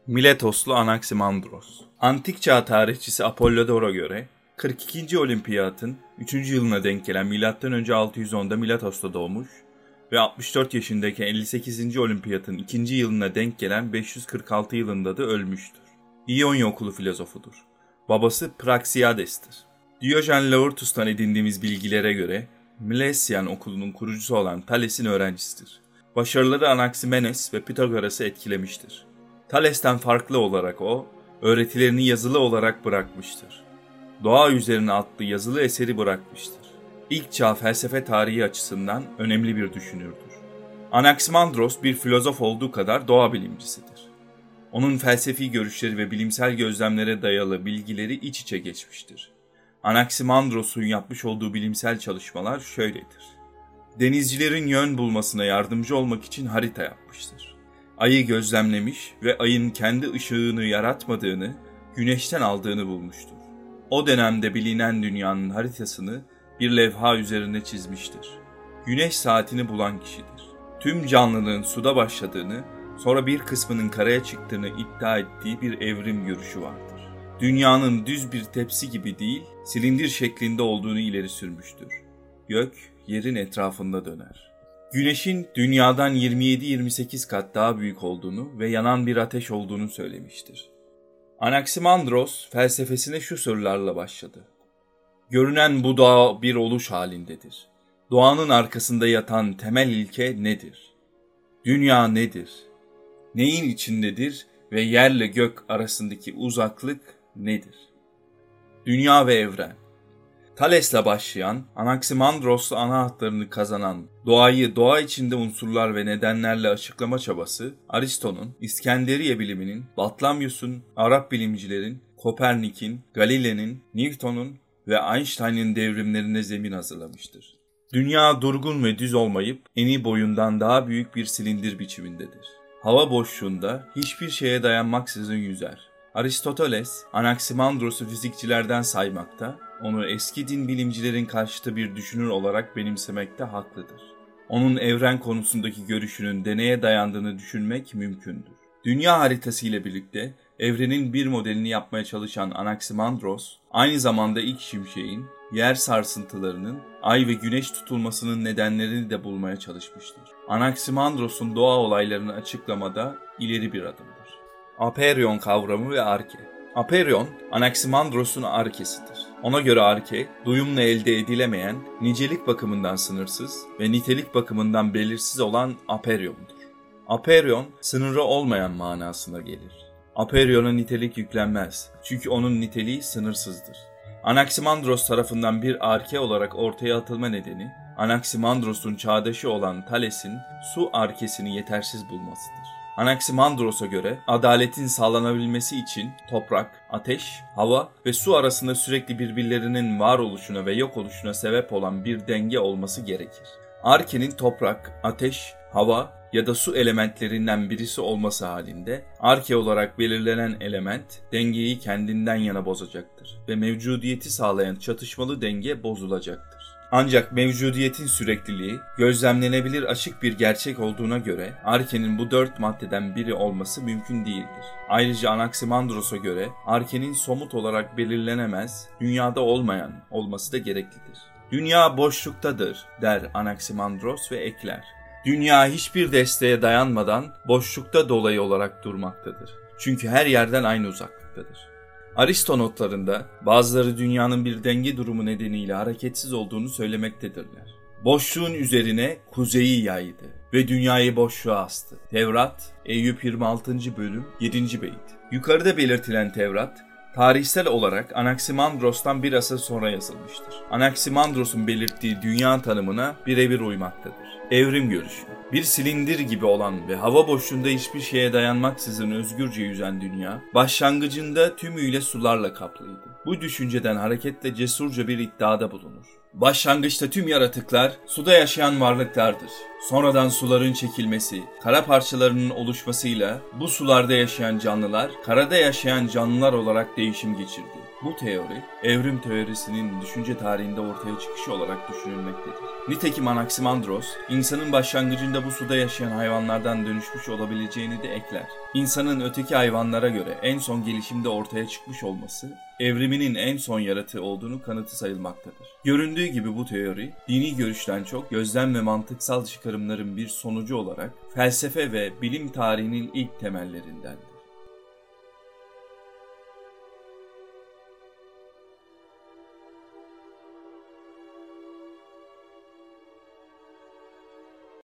Miletoslu Anaximandros. Antik çağ tarihçisi Apollodor'a göre 42. Olimpiyatın 3. yılına denk gelen M.Ö. 610'da Miletos'ta doğmuş ve 64 yaşındaki 58. Olimpiyatın 2. yılına denk gelen 546 yılında da ölmüştür. İonya okulu filozofudur. Babası Praxiades'tir. Diyojen Laertus'tan edindiğimiz bilgilere göre Milesian okulunun kurucusu olan Thales'in öğrencisidir. Başarıları Anaximenes ve Pitagoras'ı etkilemiştir. Thales'ten farklı olarak o, öğretilerini yazılı olarak bırakmıştır. Doğa üzerine adlı yazılı eseri bırakmıştır. İlk çağ felsefe tarihi açısından önemli bir düşünürdür. Anaximandros bir filozof olduğu kadar doğa bilimcisidir. Onun felsefi görüşleri ve bilimsel gözlemlere dayalı bilgileri iç içe geçmiştir. Anaximandros'un yapmış olduğu bilimsel çalışmalar şöyledir. Denizcilerin yön bulmasına yardımcı olmak için harita yapmıştır. Ayı gözlemlemiş ve ayın kendi ışığını yaratmadığını, güneşten aldığını bulmuştur. O dönemde bilinen dünyanın haritasını bir levha üzerine çizmiştir. Güneş saatini bulan kişidir. Tüm canlılığın suda başladığını, sonra bir kısmının karaya çıktığını iddia ettiği bir evrim görüşü vardır. Dünyanın düz bir tepsi gibi değil, silindir şeklinde olduğunu ileri sürmüştür. Gök, yerin etrafında döner. Güneşin dünyadan 27-28 kat daha büyük olduğunu ve yanan bir ateş olduğunu söylemiştir. Anaximandros felsefesine şu sorularla başladı. Görünen bu doğa bir oluş halindedir. Doğanın arkasında yatan temel ilke nedir? Dünya nedir? Neyin içindedir ve yerle gök arasındaki uzaklık nedir? Dünya ve evren. Thales'le başlayan, Anaximandros'la ana hatlarını kazanan doğayı doğa içinde unsurlar ve nedenlerle açıklama çabası, Aristo'nun, İskenderiye biliminin, Batlamyus'un, Arap bilimcilerin, Kopernik'in, Galile'nin, Newton'un ve Einstein'ın devrimlerine zemin hazırlamıştır. Dünya durgun ve düz olmayıp eni boyundan daha büyük bir silindir biçimindedir. Hava boşluğunda hiçbir şeye dayanmaksızın yüzer. Aristoteles, Anaximandros'u fizikçilerden saymakta, onu eski din bilimcilerin karşıtı bir düşünür olarak benimsemekte haklıdır. Onun evren konusundaki görüşünün deneye dayandığını düşünmek mümkündür. Dünya haritası ile birlikte evrenin bir modelini yapmaya çalışan Anaximandros, aynı zamanda ilk şimşeğin, yer sarsıntılarının, ay ve güneş tutulmasının nedenlerini de bulmaya çalışmıştır. Anaximandros'un doğa olaylarını açıklamada ileri bir adımdır. Apeiron kavramı ve arke. Apeiron, Anaximandros'un arkesidir. Ona göre arke, duyumla elde edilemeyen, nicelik bakımından sınırsız ve nitelik bakımından belirsiz olan apeirion'dur. Apeiron, sınırı olmayan manasına gelir. Apeirion'a nitelik yüklenmez, çünkü onun niteliği sınırsızdır. Anaximandros tarafından bir arke olarak ortaya atılma nedeni, Anaximandros'un çağdaşı olan Thales'in su arkesini yetersiz bulmasıdır. Anaximandros'a göre adaletin sağlanabilmesi için toprak, ateş, hava ve su arasında sürekli birbirlerinin varoluşuna ve yok oluşuna sebep olan bir denge olması gerekir. Arkenin toprak, ateş, hava ya da su elementlerinden birisi olması halinde arke olarak belirlenen element dengeyi kendinden yana bozacaktır ve mevcudiyeti sağlayan çatışmalı denge bozulacaktır. Ancak mevcudiyetin sürekliliği gözlemlenebilir açık bir gerçek olduğuna göre arkenin bu 4 maddeden biri olması mümkün değildir. Ayrıca Anaximandros'a göre arkenin somut olarak belirlenemez, dünyada olmayan olması da gereklidir. Dünya boşluktadır der Anaximandros ve ekler. Dünya hiçbir desteğe dayanmadan boşlukta dolayı olarak durmaktadır. Çünkü her yerden aynı uzaklıktadır. Aristo notlarında bazıları dünyanın bir denge durumu nedeniyle hareketsiz olduğunu söylemektedirler. Boşluğun üzerine kuzeyi yaydı ve dünyayı boşluğa astı. Tevrat, Eyüp 26. bölüm 7. beyt. Yukarıda belirtilen Tevrat, tarihsel olarak Anaximandros'tan bir asır sonra yazılmıştır. Anaximandros'un belirttiği dünya tanımına birebir uymaktadır. Evrim görüşü. Bir silindir gibi olan ve hava boşluğunda hiçbir şeye dayanmaksızın özgürce yüzen dünya, başlangıcında tümüyle sularla kaplıydı. Bu düşünceden hareketle cesurca bir iddiada bulunur. Başlangıçta tüm yaratıklar suda yaşayan varlıklardır. Sonradan suların çekilmesi, kara parçalarının oluşmasıyla bu sularda yaşayan canlılar, karada yaşayan canlılar olarak değişim geçirdi. Bu teori, evrim teorisinin düşünce tarihinde ortaya çıkışı olarak düşünülmektedir. Nitekim Anaximandros, insanın başlangıcında bu suda yaşayan hayvanlardan dönüşmüş olabileceğini de ekler. İnsanın öteki hayvanlara göre en son gelişimde ortaya çıkmış olması, evriminin en son yaratığı olduğunu kanıtı sayılmaktadır. Göründüğü gibi bu teori, dini görüşten çok gözlem ve mantıksal çıkarımların bir sonucu olarak felsefe ve bilim tarihinin ilk temellerindendir.